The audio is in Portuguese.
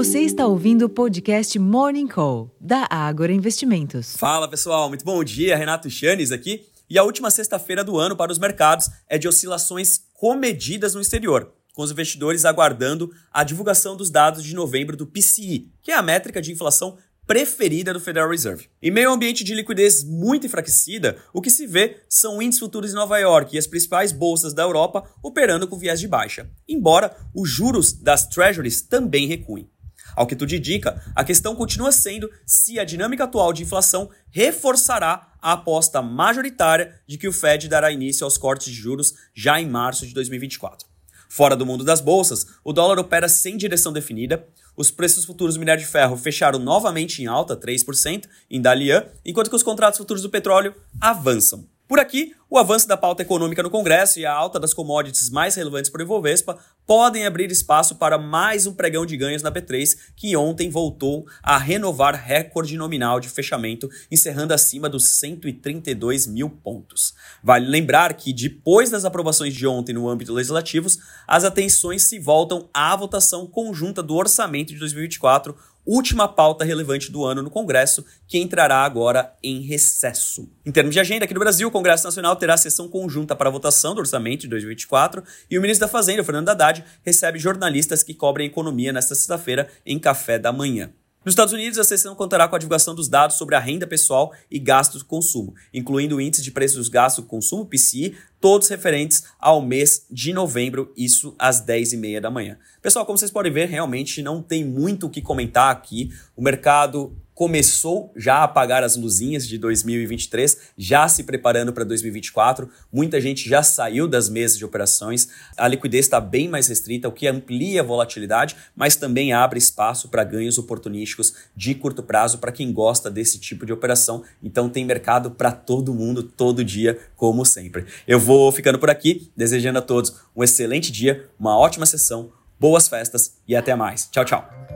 Você está ouvindo o podcast Morning Call, da Ágora Investimentos. Fala pessoal, muito bom dia, Renato Chanes aqui. E a última sexta-feira do ano para os mercados é de oscilações comedidas no exterior, com os investidores aguardando a divulgação dos dados de novembro do PCI, que é a métrica de inflação preferida do Federal Reserve. Em meio a um ambiente de liquidez muito enfraquecida, o que se vê são índices futuros em Nova York e as principais bolsas da Europa operando com viés de baixa, embora os juros das Treasuries também recuem. Ao que tudo indica, a questão continua sendo se a dinâmica atual de inflação reforçará a aposta majoritária de que o Fed dará início aos cortes de juros já em março de 2024. Fora do mundo das bolsas, o dólar opera sem direção definida, os preços futuros do minério de ferro fecharam novamente em alta, 3%, em Dalian, enquanto que os contratos futuros do petróleo avançam. Por aqui, o avanço da pauta econômica no Congresso e a alta das commodities mais relevantes para o Ibovespa podem abrir espaço para mais um pregão de ganhos na B3, que ontem voltou a renovar recorde nominal de fechamento, encerrando acima dos 132 mil pontos. Vale lembrar que, depois das aprovações de ontem no âmbito legislativos, as atenções se voltam à votação conjunta do orçamento de 2024, última pauta relevante do ano no Congresso, que entrará agora em recesso. Em termos de agenda, aqui no Brasil, o Congresso Nacional terá sessão conjunta para a votação do orçamento de 2024 e o ministro da Fazenda, Fernando Haddad, recebe jornalistas que cobrem economia nesta sexta-feira em café da manhã. Nos Estados Unidos, a sessão contará com a divulgação dos dados sobre a renda pessoal e gastos do consumo, incluindo o índice de preços dos gastos do consumo, PCI, todos referentes ao mês de novembro, isso às 10h30 da manhã. Pessoal, como vocês podem ver, realmente não tem muito o que comentar aqui. O mercado começou já a apagar as luzinhas de 2023, já se preparando para 2024. Muita gente já saiu das mesas de operações. A liquidez está bem mais restrita, o que amplia a volatilidade, mas também abre espaço para ganhos oportunísticos de curto prazo para quem gosta desse tipo de operação. Então tem mercado para todo mundo, todo dia, como sempre. Eu vou ficando por aqui, desejando a todos um excelente dia, uma ótima sessão, boas festas e até mais. Tchau, tchau.